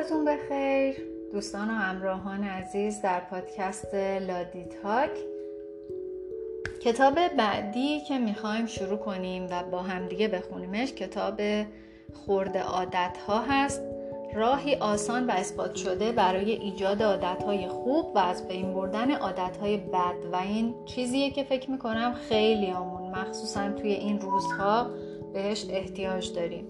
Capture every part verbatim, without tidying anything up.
وقتتون بخیر دوستان و همراهان عزیز در پادکست لادی تاک. کتاب بعدی که میخوایم شروع کنیم و با همدیگه بخونیمش کتاب خرد عادت‌ها هست. راهی آسان و اثبات شده برای ایجاد عادت‌های خوب و از بین بردن عادت‌های بد، و این چیزیه که فکر میکنم خیلی همون مخصوصا توی این روزها بهش احتیاج داریم.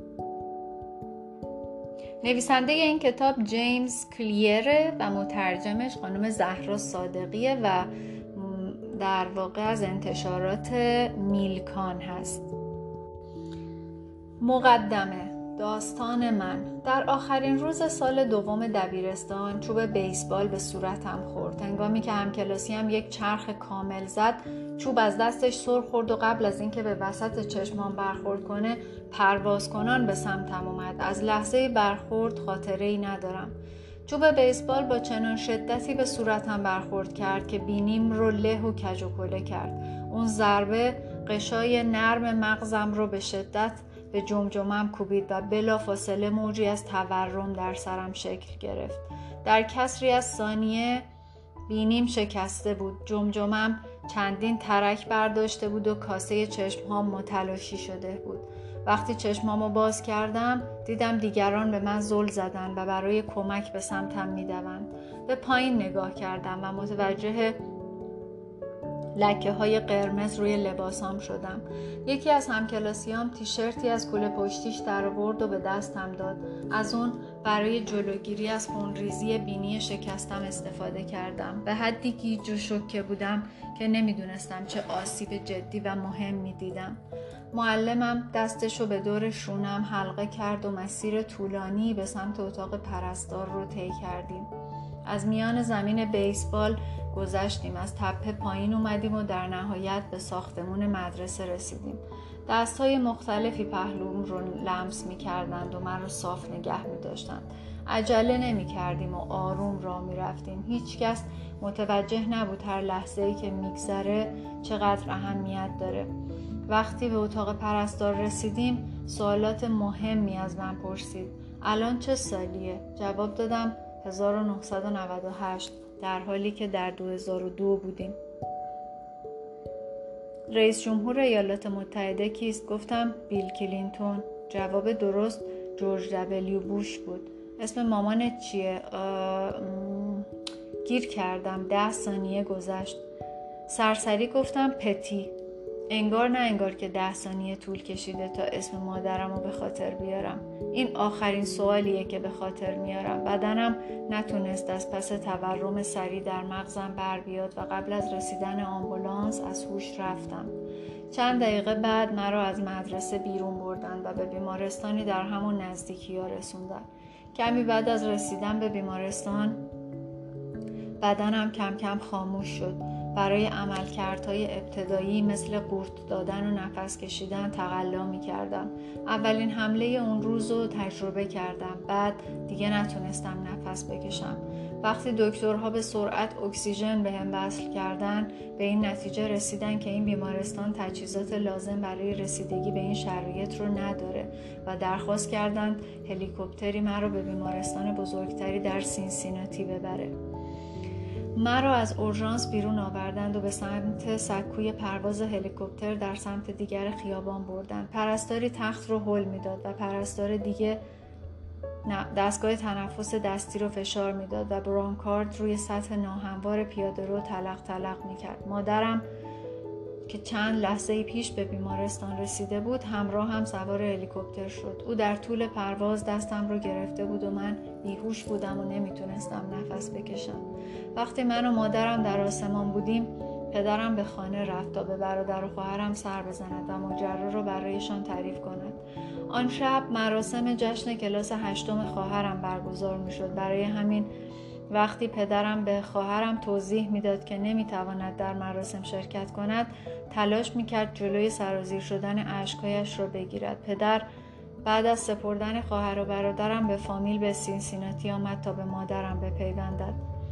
نویسنده این کتاب جیمز کلیره و مترجمش خانم زهرا صادقیه و در واقع از انتشارات میلکان هست. مقدمه. داستان من. در آخرین روز سال دوم دبیرستان چوب بیسبال به صورتم خورد. هنگامی که همکلاسیم یک چرخ کامل زد، چوب از دستش سر خورد و قبل از اینکه به وسط چشمام برخورد کنه پرواز کنان به سمتم اومد. از لحظه برخورد خاطره‌ای ندارم. چوب بیسبال با چنان شدتی به صورتم برخورد کرد که بینیم رو له و کج و کله کرد. اون ضربه قشای نرم مغزم رو به شدت به جمجمم کوبید و بلافاصله موجی از تورم در سرم شکل گرفت. در کسری از ثانیه بینیم شکسته بود. جمجمم چندین ترک برداشته بود و کاسه چشمهام متلاشی شده بود. وقتی چشمامو باز کردم دیدم دیگران به من زل زدن و برای کمک به سمتم میدوند. به پایین نگاه کردم و متوجه لکه های قرمز روی لباسام شدم. یکی از همکلاسیام تیشرتی از کوله پشتیش در آورد و به دستم داد. از اون برای جلوگیری از خونریزی بینی شکستم استفاده کردم. به حدی گیج و شوکه بودم که نمیدونستم چه آسیب جدی و مهمی دیدم. معلمم دستشو به دور شونم حلقه کرد و مسیر طولانی به سمت اتاق پرستار رو طی کردیم. از میان زمین بیسبال گذشتیم، از تپه پایین اومدیم و در نهایت به ساختمون مدرسه رسیدیم. دستهای مختلفی پهلوم رو لمس می کردند و من رو صاف نگه می داشتند. عجله نمی کردیم و آروم راه می رفتیم. هیچ کس متوجه نبود هر لحظه‌ای که می گذره چقدر اهمیت داره. وقتی به اتاق پرستار رسیدیم سوالات مهمی از من پرسید. الان چه سالیه؟ جواب دادم هزار و نهصد و نود و هشت، در حالی که در دو هزار و دو بودیم. رئیس جمهور ایالات متحده کیست؟ گفتم بیل کلینتون. جواب درست جورج دبلیو بوش بود. اسم مامانت چیه؟ گیر کردم. ده ثانیه گذشت. سرسری گفتم پتی. انگار نه انگار که ده ثانیه طول کشیده تا اسم مادرم رو به خاطر بیارم. این آخرین سوالیه که به خاطر میارم. بدنم نتونست از پس تورم سریع در مغزم بر بیاد و قبل از رسیدن آمبولانس از هوش رفتم. چند دقیقه بعد مرا از مدرسه بیرون بردن و به بیمارستانی در همون نزدیکی ها رسوندن. کمی بعد از رسیدن به بیمارستان بدنم کم کم خاموش شد. برای عملکردهای ابتدایی مثل قورت دادن و نفس کشیدن تقلا می کردم. اولین حمله اون روز رو تجربه کردم. بعد دیگه نتونستم نفس بکشم. وقتی دکترها به سرعت اکسیژن بهم وصل کردن به این نتیجه رسیدن که این بیمارستان تجهیزات لازم برای رسیدگی به این شرایط رو نداره و درخواست کردند هلیکوپتری مرا به بیمارستان بزرگتری در سینسیناتی ببره. مرا از اورژانس بیرون آوردند و به سمت سکوی پرواز هلیکوپتر در سمت دیگر خیابان بردند. پرستاری تخت رو هل میداد و پرستار دیگه دستگاه تنفس دستی رو فشار میداد و برانکارد روی سطح ناهموار پیاده رو تلق تلق میکرد. مادرم که چند لحظه پیش به بیمارستان رسیده بود همراه هم سوار هلیکوپتر شد. او در طول پرواز دستم رو گرفته بود و من بیهوش بودم و نمیتونستم نفس بکشم. وقتی من و مادرم در آسمان بودیم پدرم به خانه رفت تا به برادر و خواهرم سر بزند و ماجرا رو برایشان تعریف کند. آن شب مراسم جشن کلاس هشتم خواهرم برگزار میشد. برای همین وقتی پدرم به خواهرم توضیح میداد که نمیتواند در مراسم شرکت کند تلاش میکرد جلوی سرازیر شدن اشکهایش را بگیرد. پدر بعد از سپردن خواهر و برادرم به فامیل به سینسیناتی آمد تا به مادرم بپیوندد.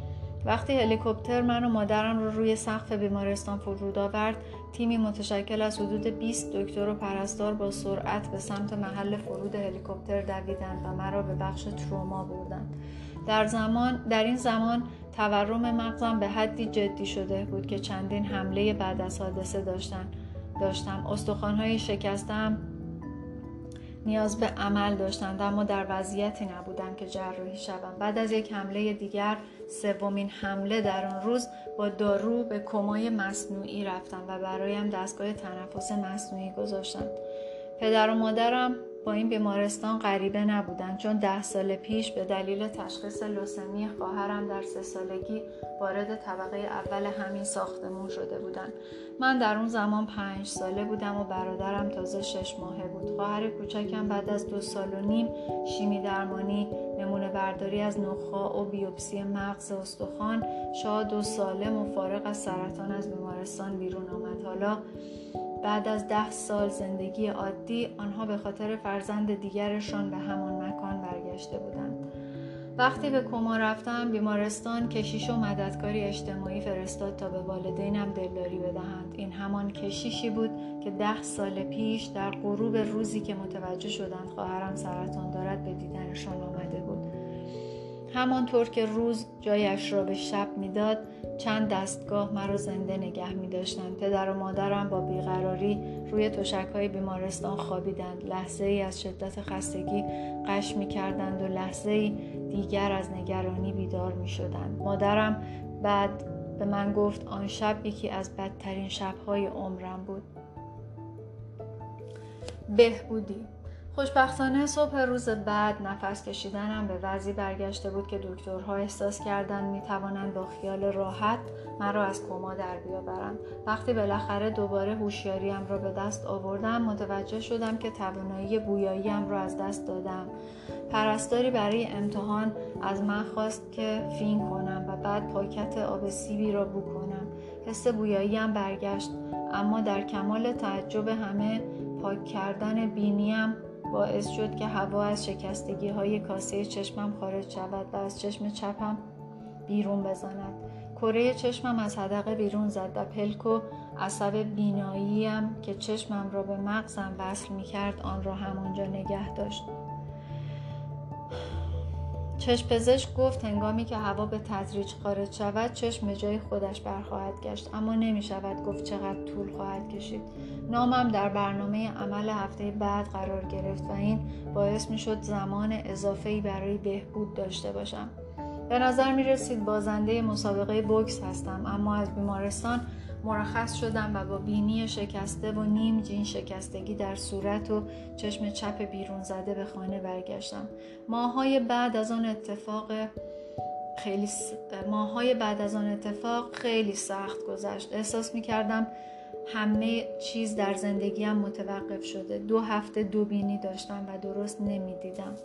وقتی هلیکوپتر من و مادرم رو روی سقف بیمارستان فرود آورد، تیمی متشکل از حدود بیست دکتر و پرستار با سرعت به سمت محل فرود هلیکوپتر دویدند و مرا به بخش تروما بردند. در زمان در این زمان تورم مغزم به حدی جدی شده بود که چندین حمله بعد از حادثه داشتن داشتم. استخوان‌های شکستم نیاز به عمل داشتند، اما در وضعیتی نبودم که جراحی شوم. بعد از یک حمله دیگر، سومین حمله در آن روز، با دارو به کمای مصنوعی رفتم و برایم دستگاه تنفس مصنوعی گذاشتند. پدر و مادرم با این بیمارستان غریبه نبودند، چون ده سال پیش به دلیل تشخیص لوسمی خواهرم در سه سالگی وارد طبقه اول همین ساختمون شده بودند. من در اون زمان پنج ساله بودم و برادرم تازه شش ماهه بود. خواهر کوچکم بعد از دو سال و نیم شیمی درمانی، نمونه برداری از نخاع و بیوپسی مغز استخوان، شاد و سالم و فارغ از سرطان از بیمارستان بیرون آمد. حالا بعد از ده سال زندگی عادی، آنها به خاطر فرزند دیگرشان به همان مکان برگشته بودند. وقتی به کما رفتم، بیمارستان کشیش و مددکاری اجتماعی فرستاد تا به والدینم دلداری بدهند. این همان کشیشی بود که ده سال پیش در غروب روزی که متوجه شدند خواهرم سرطان دارد به دیدنشان آمده بود. همانطور که روز جایش را به شب میداد، چند دستگاه مرا زنده نگه می داشتند. پدر و مادرم با بیقراری روی تشک‌های بیمارستان خوابیدند. لحظه ای از شدت خستگی غش می کردند و لحظه ای دیگر از نگرانی بیدار می شدند. مادرم بعد به من گفت آن شب یکی از بدترین شب‌های عمرم بود. بهبودی. خوشبختانه صبح روز بعد نفس کشیدنم به وضعی برگشته بود که دکترها احساس کردند میتوانند با خیال راحت مرا از کما در بیاورند. وقتی بالاخره دوباره هوشیاریم را به دست آوردم، متوجه شدم که توانایی بویاییم را از دست دادم. پرستاری برای امتحان از من خواست که فین کنم و بعد پاکت آب سیبی را بو کنم. حس بویاییم برگشت، اما در کمال تعجب همه، پاک کردن بینیم باعث شد که هوا از شکستگی های کاسه چشمم خارج شود و از چشم چپم بیرون بزند. کره چشمم از حدقه بیرون زد و پلک و عصب بیناییم که چشمم را به مغزم وصل می کرد آن را همانجا نگه داشت. چشم پزشک گفت هنگامی که هوا به تدریج خارج شود چشم به جای خودش برخواهد گشت، اما نمی شود گفت چقدر طول خواهد کشید. نامم در برنامه عمل هفته بعد قرار گرفت و این باعث می شد زمان اضافه‌ای برای بهبود داشته باشم. به نظر می رسید بازنده مسابقه بوکس هستم، اما از بیمارستان مرخص شدم و با بینی شکسته و نیم جین شکستگی در صورت و چشم چپ بیرون زده به خانه برگشتم. ماه‌های بعد از آن اتفاق خیلی س... ماه‌های بعد از آن اتفاق خیلی سخت گذشت. احساس می‌کردم همه چیز در زندگیم متوقف شده. دو هفته دو بینی داشتم و درست نمی‌دیدم.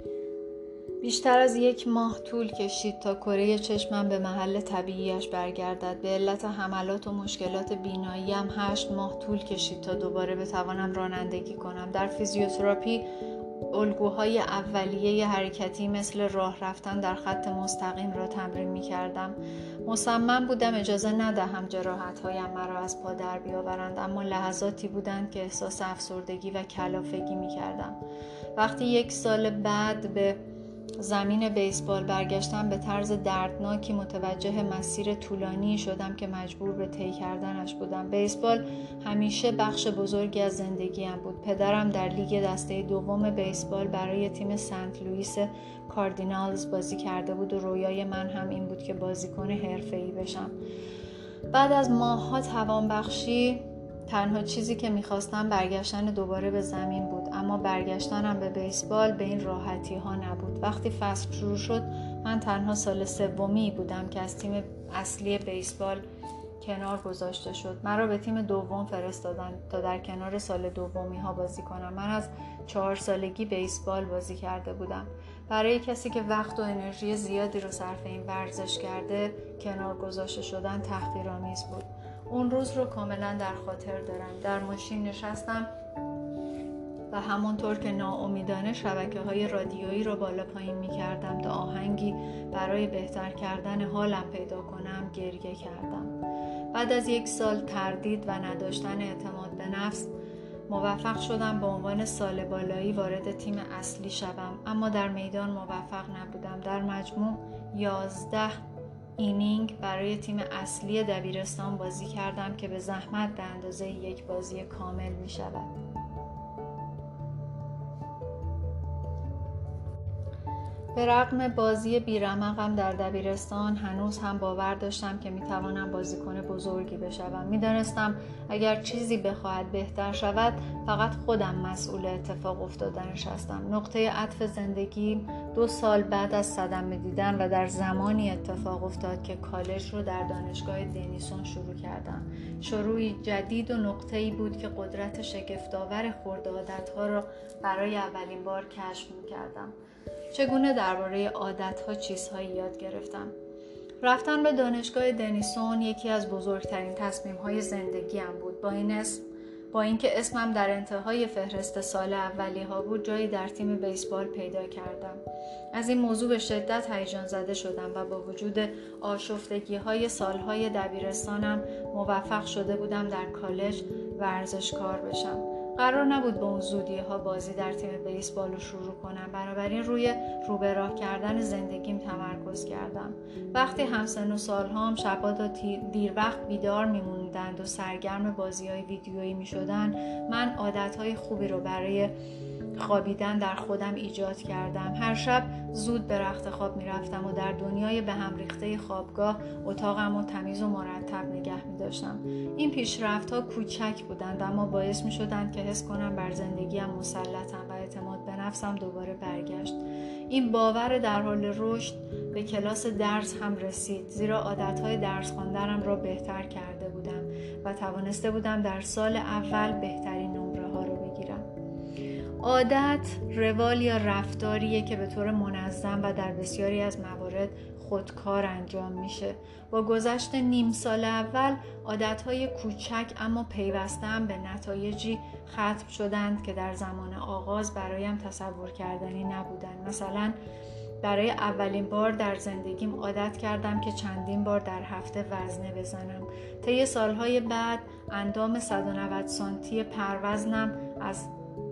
بیشتر از یک ماه طول کشید تا کره چشمم به محل طبیعیش برگردد. به علت حملات و مشکلات بیناییم هشت ماه طول کشید تا دوباره بتوانم رانندگی کنم. در فیزیوتراپی الگوهای اولیه حرکتی مثل راه رفتن در خط مستقیم را تمرین می کردم. مصمم بودم اجازه ندهم جراحت‌هایم مرا از پا در بیاورند، اما لحظاتی بودند که احساس افسردگی و کلافگی می کردم. وقتی یک سال بعد به زمین بیسبال برگشتم، به طرز دردناکی متوجه مسیر طولانی شدم که مجبور به طی کردنش بودم. بیسبال همیشه بخش بزرگی از زندگیم بود. پدرم در لیگ دسته دوم بیسبال برای تیم سنت لوئیس کاردینالز بازی کرده بود و رویای من هم این بود که بازیکن حرفه‌ای بشم. بعد از ماه‌ها توانبخشی، تنها چیزی که می‌خواستم برگشتن دوباره به زمین بود، اما برگشتنم به بیسبال به این راحتی ها نبود. وقتی فصل شروع شد، من تنها سال سومی بودم که از تیم اصلی بیسبال کنار گذاشته شد. مرا به تیم دوم فرستادن تا در کنار سال دومی ها بازی کنم. من از چهار سالگی بیسبال بازی کرده بودم. برای کسی که وقت و انرژی زیادی رو صرف این ورزش کرده، کنار گذاشته شدن تحقیرآمیز بود. اون روز رو کاملا در خاطر دارم. در ماشین نشستم و همانطور که ناامیدانه شبکه‌های رادیویی رو بالا پایین می‌کردم تا آهنگی برای بهتر کردن حالم پیدا کنم، گریه کردم. بعد از یک سال تردید و نداشتن اعتماد به نفس موفق شدم به عنوان سال بالایی وارد تیم اصلی شوم، اما در میدان موفق نبودم. در مجموع یازده اینینگ برای تیم اصلی دبیرستان بازی کردم که به زحمت به اندازه یک بازی کامل می شود. به رغم بازی بیرمقم در دبیرستان هنوز هم باور داشتم که میتوانم بازیکن بزرگی بشوم. میدانستم اگر چیزی بخواهد بهتر شود فقط خودم مسئول اتفاق افتادنش هستم. نقطه عطف زندگی دو سال بعد از صدمه دیدن و در زمانی اتفاق افتاد که کالج رو در دانشگاه دنیسون شروع کردم. شروعی جدید و نقطه‌ای بود که قدرت شگفت‌آور خرد عادت‌ها را برای اولین بار کشف می‌کردم. چگونه درباره عادت‌ها چیزهایی یاد گرفتم. رفتن به دانشگاه دنیسون یکی از بزرگترین تصمیم‌های زندگیم بود. با این اسم با اینکه اسمم در انتهای فهرست سال اولی‌ها بود، جایی در تیم بیسبال پیدا کردم. از این موضوع به شدت هیجان زده شدم و با وجود آشفتگی‌های سال‌های دبیرستانم موفق شده بودم در کالج ورزشکار بشم. قرار نبود به اون زودی‌ها بازی در تیم بیسبال رو شروع کنم، بنابراین روی روبه راه کردن زندگیم تمرکز کردم. وقتی همسن و سالهام شبا تا دیر وقت بیدار میموندند و سرگرم بازی‌های ویدیویی میشدن، من عادت‌های خوبی رو برای خوابیدن در خودم ایجاد کردم. هر شب زود به رخت خواب می رفتم و در دنیای به هم ریخته خوابگاه اتاقم رو تمیز و مرتب نگه می داشتم. این پیشرفت ها کوچک بودند اما باعث می شدند که حس کنم بر زندگیم مسلطم و اعتماد به نفسم دوباره برگشت. این باور در حال رشد به کلاس درس هم رسید، زیرا عادتهای درس خواندنم را بهتر کرده بودم و توانسته بودم در سال اول بهترین نمره ها رو بگیرم. عادت، روال یا رفتاریه که به طور منظم و در بسیاری از موارد خودکار انجام میشه. با گذشت نیم سال اول عادتهای کوچک اما پیوسته هم به نتایجی ختم شدند که در زمان آغاز برایم تصور کردنی نبودند. مثلا برای اولین بار در زندگیم عادت کردم که چندین بار در هفته وزنه بزنم. طی سالهای بعد اندام صد و نود سانتی پروزنم از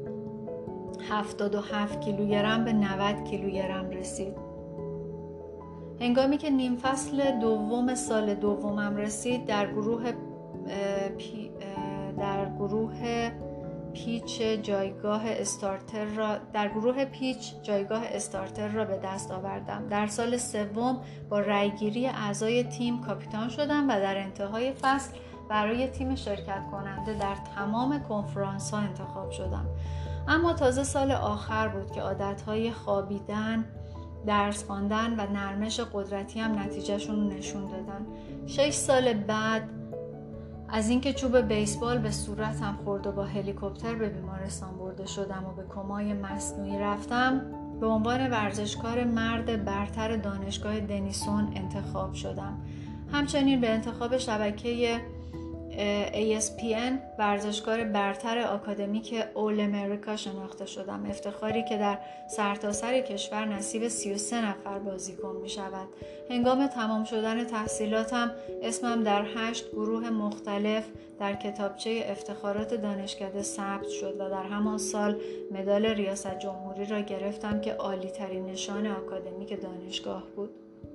هفتاد و هفت کیلوگرم به نود کیلوگرم رسید. هنگامی که نیم فصل دوم سال دومم رسید، در گروه پی در گروه پیچ جایگاه استارتر را در گروه پیچ جایگاه استارتر را به دست آوردم. در سال سوم با رأیگیری اعضای تیم کاپیتان شدم و در انتهای فصل برای تیم شرکت کننده در تمام کنفرانس ها انتخاب شدم. اما تازه سال آخر بود که عادتهای خوابیدن، درس خواندن و نرمش قدرتی هم نتیجهشون نشون دادن. شش سال بعد از اینکه چوب بیسبال به صورتم خورد و با هلیکوپتر به بیمارستان برده شدم و به کمای مصنوعی رفتم، به عنوان ورزشکار مرد برتر دانشگاه دنیسون انتخاب شدم. همچنین به انتخاب شبکه ای اس پی ان ورزشکار برتر آکادمیک اول امریکا شناخته شدم. افتخاری که در سرتاسر کشور نصیب سی و سه نفر بازیکن می شود. هنگام تمام شدن تحصیلاتم اسمم در هشت گروه مختلف در کتابچه افتخارات دانشکده ثبت شد و در همان سال مدال ریاست جمهوری را گرفتم که عالی ترین نشان آکادمیک دانشگاه بود.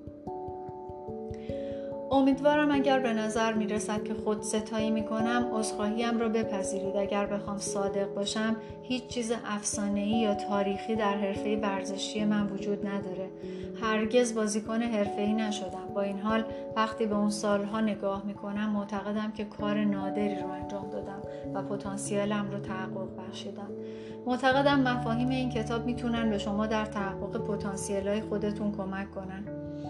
امیدوارم اگر به نظر می رسد که خود ستایی می کنم عذرخواهیم را بپذیرید. اگر بخوام صادق باشم هیچ چیز افسانه‌ای یا تاریخی در حرفه ورزشی من وجود نداره. هرگز بازیکن حرفه‌ای نشدم. با این حال وقتی به اون سالها نگاه می کنم معتقدم که کار نادری رو انجام دادم و پتانسیلم رو تحقق بخشیدم. معتقدم مفاهیم این کتاب میتونن به شما در تحقق پتانسیل‌های خودتون کمک کنن.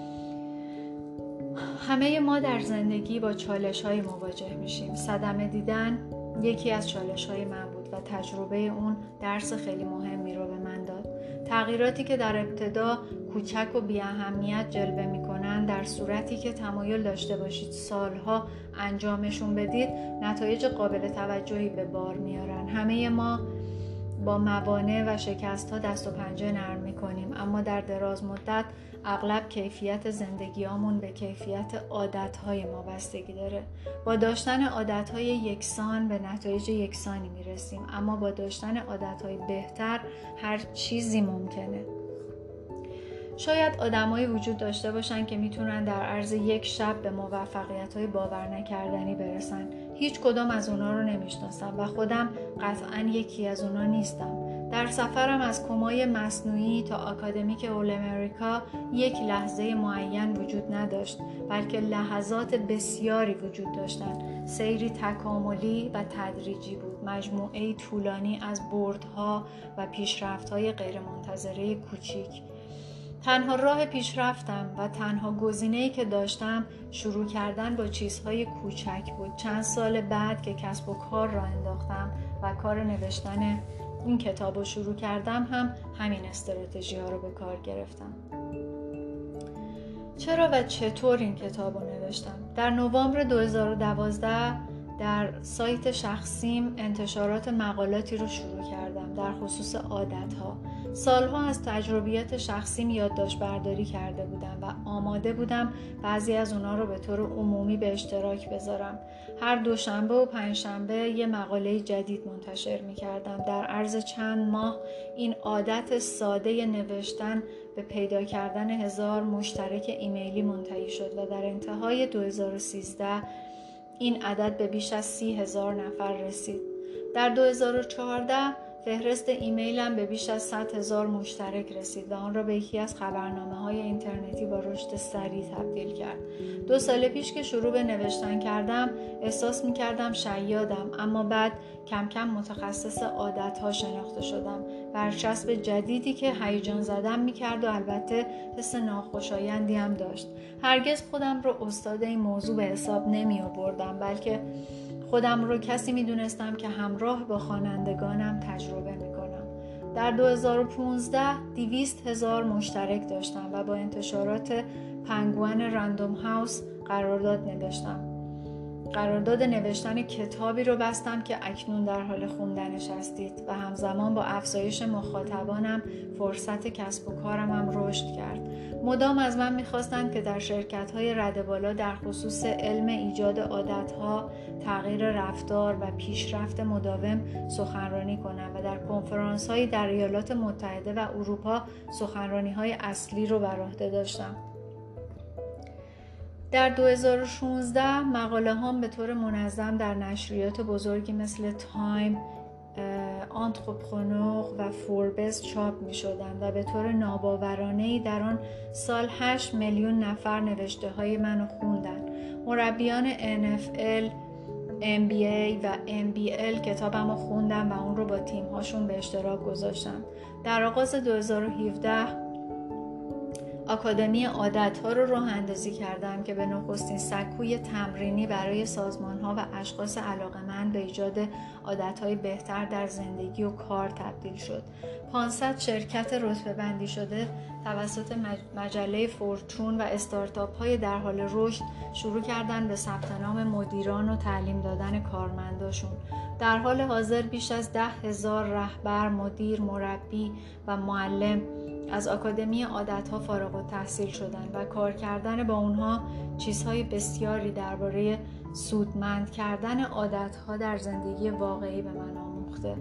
همه ما در زندگی با چالش‌های مواجه میشیم. صدمه دیدن یکی از چالش‌های من بود و تجربه اون درس خیلی مهمی رو به من داد. تغییراتی که در ابتدا کوچک و بی اهمیت جلوه میکنن، در صورتی که تمایل داشته باشید سالها انجامشون بدید، نتایج قابل توجهی به بار میارن. همه ما با موانع و شکست‌ها دست و پنجه نرم می‌کنیم، اما در دراز مدت اغلب کیفیت زندگیامون به کیفیت عادت‌های ما بستگی داره. با داشتن عادت‌های یکسان به نتایج یکسانی می‌رسیم، اما با داشتن عادت‌های بهتر هر چیزی ممکنه. شاید آدمایی وجود داشته باشن که میتونن در عرض یک شب به موفقیت‌های باور نکردنی برسن. هیچ کدام از اونا رو نمیشناسم و خودم قطعاً یکی از اونا نیستم. در سفرم از کمای مصنوعی تا آکادمیک اول امریکا یک لحظه معین وجود نداشت، بلکه لحظات بسیاری وجود داشتند. سیری تکاملی و تدریجی بود، مجموعه‌ای طولانی از بردها و پیشرفت‌های غیرمنتظره کوچیک. تنها راه پیشرفتم و تنها گزینه‌ای که داشتم شروع کردن با چیزهای کوچک بود. چند سال بعد که کسب و کار را انداختم و کار نوشتن این کتاب رو شروع کردم هم همین استراتژی ها رو به کار گرفتم. چرا و چطور این کتاب رو نوشتم؟ در نوامبر دو هزار و دوازده در سایت شخصیم انتشارات مقالاتی رو شروع کردم در خصوص عادت‌ها. سالها از تجربیات شخصیم یادداشت برداری کرده بودم و آماده بودم بعضی از اونا رو به طور عمومی به اشتراک بذارم. هر دوشنبه و پنجشنبه یه مقاله جدید منتشر می‌کردم. در عرض چند ماه این عادت ساده نوشتن به پیدا کردن هزار مشترک ایمیلی منتهی شد و در انتهای دو هزار و سیزده این عدد به بیش از سی هزار نفر رسید. در دو هزار و چهارده فهرست ایمیلم به بیش از صد هزار مشترک رسید و آن را به یکی از خبرنامه‌های اینترنتی با رشد سریع تبدیل کرد. دو سال پیش که شروع به نوشتن کردم احساس می‌کردم شیادم، اما بعد کم کم متخصص عادت‌ها شناخته شدم. برچسب جدیدی که هیجان زدم می‌کرد و البته حس ناخوشایندی هم داشت. هرگز خودم رو استاد این موضوع به حساب نمی‌آوردم، بلکه خودم رو کسی میدونستم که همراه با خوانندگانم تجربه میکنم. در دو هزار و پانزده دویست هزار مشترک داشتم و با انتشارات پنگوئن رندوم هاوس قرارداد نوشتم. قرارداد نوشتن کتابی رو بستم که اکنون در حال خوندنش هستید و همزمان با افزایش مخاطبانم فرصت کسب و کارم هم رشد کرد. مدام از من می‌خواستند که در شرکت‌های رده بالا در خصوص علم ایجاد عادت‌ها، تغییر رفتار و پیشرفت مداوم سخنرانی کنم و در کنفرانس‌های در ایالات متحده و اروپا سخنرانی‌های اصلی رو بر عهده داشتم. در دو هزار و شانزده مقاله هام به طور منظم در نشریات بزرگی مثل تایم، آنترپرنور و فوربس چاپ می شدند و به طور ناباورانه‌ای در آن سال هشت میلیون نفر نوشته های منو خوندن. مربیان ان اف ال، ام بی ای و ام بی ال کتابمو خوندن و اون رو با تیم هاشون به اشتراک گذاشتن. در آغاز دو هزار و هفده آکادمی عادت‌ها رو راه اندازی کردم که به نخستین سکوی تمرینی برای سازمان‌ها و اشخاص علاقه‌مند به ایجاد عادت‌های بهتر در زندگی و کار تبدیل شد. پانصد شرکت رتبه بندی شده توسط مجله فورچون و استارتاپ‌های در حال رشد شروع کردن به ثبت نام مدیران و تعلیم دادن کارمنداشون. در حال حاضر بیش از ده هزار رهبر، مدیر، مربی و معلم از آکادمی عادت‌ها فارغ التحصیل شدن و کار کردن با اونها چیزهای بسیاری درباره سودمند کردن عادت‌ها در زندگی واقعی به من آموخته.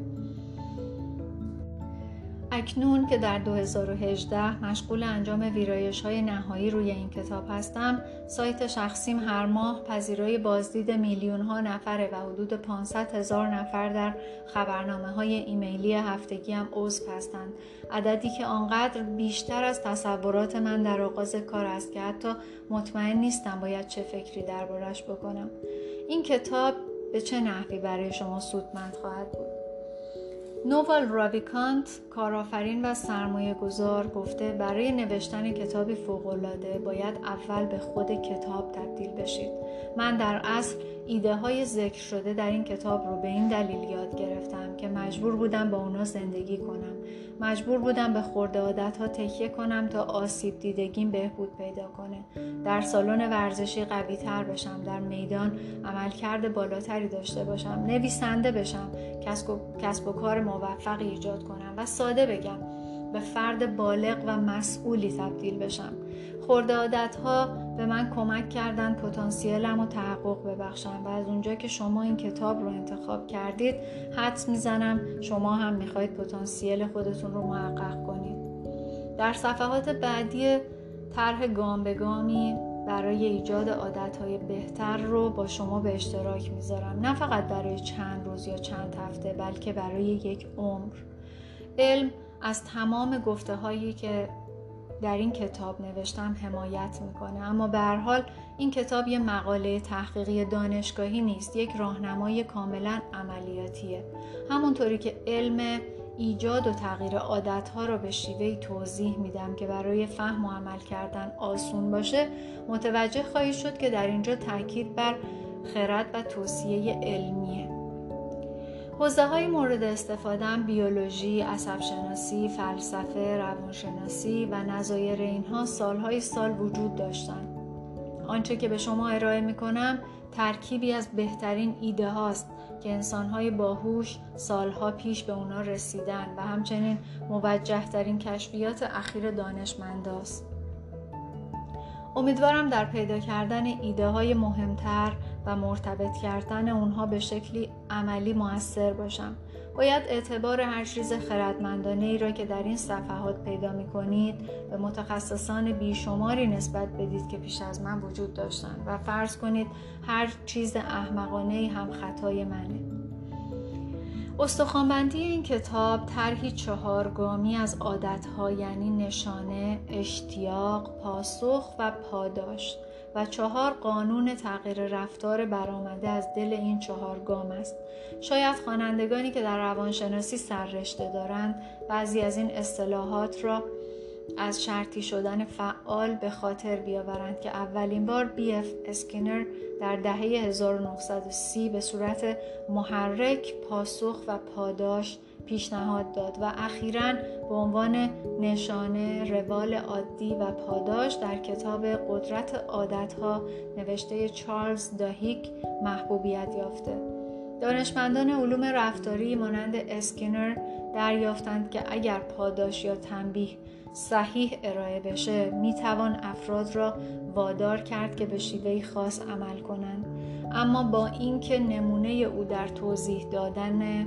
اکنون که در دو هزار و هجده مشغول انجام ویرایش‌های نهایی روی این کتاب هستم، سایت شخصیم هر ماه پذیرای بازدید میلیون‌ها نفره و حدود پانصد هزار نفر در خبرنامه‌های ایمیلی هفتگیم عضو هستند. عددی که آنقدر بیشتر از تصورات من در آغاز کار است که حتی مطمئن نیستم باید چه فکری دربارش بکنم. این کتاب به چه نحوی برای شما سودمند خواهد بود؟ نووال راویکانت، کارآفرین و سرمایه گذار، گفته برای نوشتن کتابی فوق‌العاده باید اول به خود کتاب تبدیل بشید. من در اصل ایده های ذکر شده در این کتاب رو به این دلیل یاد گرفتم که مجبور بودم با اونا زندگی کنم. مجبور بودم به خرد عادت ها تکیه کنم تا آسیب دیدگیم بهبود پیدا کنه. در سالن ورزشی قوی تر بشم، در میدان عملکرد بالاتری داشته باشم، نویسنده بشم، کسب و, کسب و کار موفقی ایجاد کنم و ساده بگم به فرد بالغ و مسئولی تبدیل بشم. خرد عادت‌ها به من کمک کردن پتانسیلم رو تحقق ببخشم و از اونجا که شما این کتاب رو انتخاب کردید حدس میزنم شما هم میخواید پتانسیل خودتون رو محقق کنید. در صفحات بعدی طرح گام به گامی برای ایجاد عادت‌های بهتر رو با شما به اشتراک میذارم، نه فقط برای چند روز یا چند هفته بلکه برای یک عمر. علم از تمام گفته هایی که در این کتاب نوشتم حمایت میکنه، اما به هر حال این کتاب یه مقاله تحقیقی دانشگاهی نیست، یک راهنمای کاملا عملیاتیه. همونطوری که علم ایجاد و تغییر عادتها رو به شیوهی توضیح میدم که برای فهم و عمل کردن آسون باشه، متوجه خواهید شد که در اینجا تاکید بر خرد و توصیه علمیه. حوزه های مورد استفاده‌ام بیولوژی، عصب‌شناسی، فلسفه، روانشناسی و نظایر اینها سالهای سال وجود داشتن. آنچه که به شما ارائه میکنم ترکیبی از بهترین ایده هاست که انسانهای باهوش سالها پیش به اونا رسیدن و همچنین موجه ترین کشفیات اخیر دانشمنداست. امیدوارم در پیدا کردن ایده های مهمتر و مرتبط کردن اونها به شکلی عملی مؤثر باشم. باید اعتبار هر چیز خردمندانه ای را که در این صفحات پیدا می کنید به متخصصان بیشماری نسبت بدید که پیش از من وجود داشتن و فرض کنید هر چیز احمقانه ای هم خطای منه. استخوان‌بندی این کتاب طرحی چهارگامی از عادت‌ها یعنی نشانه، اشتیاق، پاسخ و پاداش و چهار قانون تغییر رفتار برآمده از دل این چهار گام است. شاید خوانندگانی که در روانشناسی سررشته دارند بعضی از این اصطلاحات را از شرطی شدن فعال به خاطر بیاورند که اولین بار بی اف اسکینر در دهه هزار و نهصد و سی به صورت محرک، پاسخ و پاداش پیشنهاد داد و اخیراً به عنوان نشانه، روال عادی و پاداش در کتاب قدرت عادت‌ها نوشته چارلز داهیک محبوبیت یافته. دانشمندان علوم رفتاری مانند اسکینر دریافتند که اگر پاداش یا تنبیه صحیح ارائه بشه میتوان افراد را وادار کرد که به شیوهی خاص عمل کنند، اما با اینکه نمونه او در توضیح دادن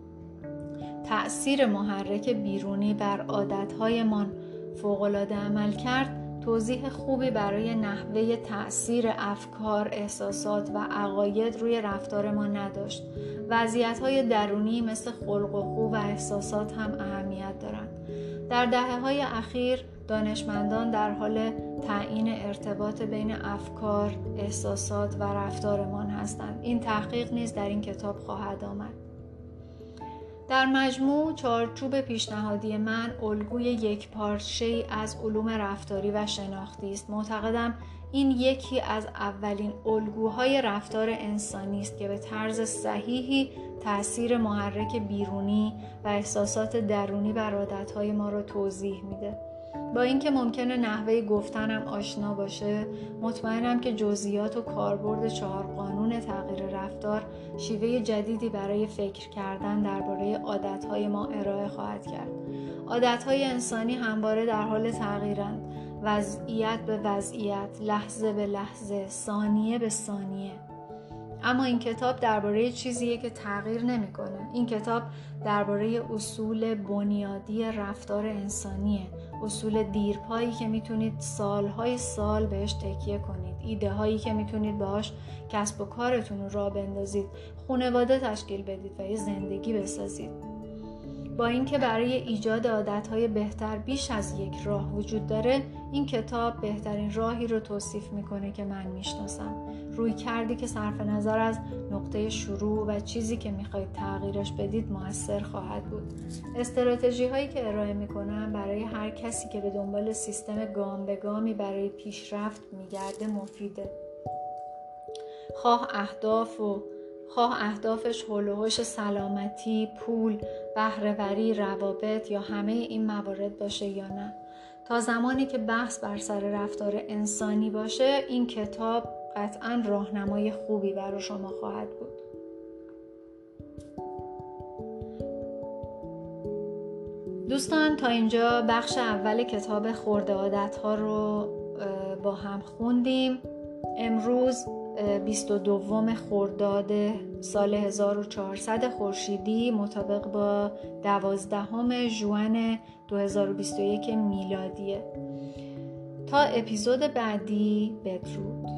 تأثیر محرک بیرونی بر عادت‌هایمان فوق‌العاده عمل کرد، توضیح خوبی برای نحوه تأثیر افکار، احساسات و عقاید روی رفتار ما نداشت. وضعیت‌های درونی مثل خلق و خو و احساسات هم اهمیت دارند. در دهه‌های اخیر دانشمندان در حال تعیین ارتباط بین افکار، احساسات و رفتارمان هستند. این تحقیق نیز در این کتاب خواهد آمد. در مجموع چارچوب پیشنهادی من الگوی یک پارچه‌ای از علوم رفتاری و شناختی است. معتقدم این یکی از اولین الگوهای رفتار انسانی است که به طرز صحیحی تأثیر محرک بیرونی و احساسات درونی بر عادتهای ما را توضیح میده. با اینکه ممکنه نحوه گفتنم آشنا باشه، مطمئنم که جزئیات و کاربرد چهار قانون تغییر رفتار شیوه جدیدی برای فکر کردن درباره عادتهای ما ارائه خواهد کرد. عادتهای انسانی همواره در حال تغییرند، وضعیت به وضعیت، لحظه به لحظه، ثانیه به ثانیه. اما این کتاب درباره چیزیه که تغییر نمیکنه. این کتاب درباره اصول بنیادی رفتار انسانیه، اصول دیرپایی که میتونید سالهای سال بهش تکیه کنید، ایده هایی که میتونید باهاش کسب و کارتون رو راه بندازید، خانواده تشکیل بدید و یه زندگی بسازید. با اینکه برای ایجاد عادتهای بهتر بیش از یک راه وجود داره، این کتاب بهترین راهی رو توصیف میکنه که من میشناسم. روی کردی که صرف نظر از نقطه شروع و چیزی که میخواید تغییرش بدید مؤثر خواهد بود. استراتژی هایی که ارائه میکنم برای هر کسی که به دنبال سیستم گام به گامی برای پیشرفت میگرده مفیده. خواه اهداف و خواه اهدافش حول و حوش سلامتی، پول، بهره‌وری، روابط یا همه این موارد باشه یا نه. تا زمانی که بحث بر سر رفتار انسانی باشه، این کتاب قطعاً راهنمای خوبی برای شما خواهد بود. دوستان، تا اینجا بخش اول کتاب خرد عادت‌ها رو با هم خوندیم. امروز بیست و دوم خرداد سال هزار و چهارصد خورشیدی مطابق با دوازدهم ژوئن دو هزار و بیست و یک میلادیه. تا اپیزود بعدی، بدرود.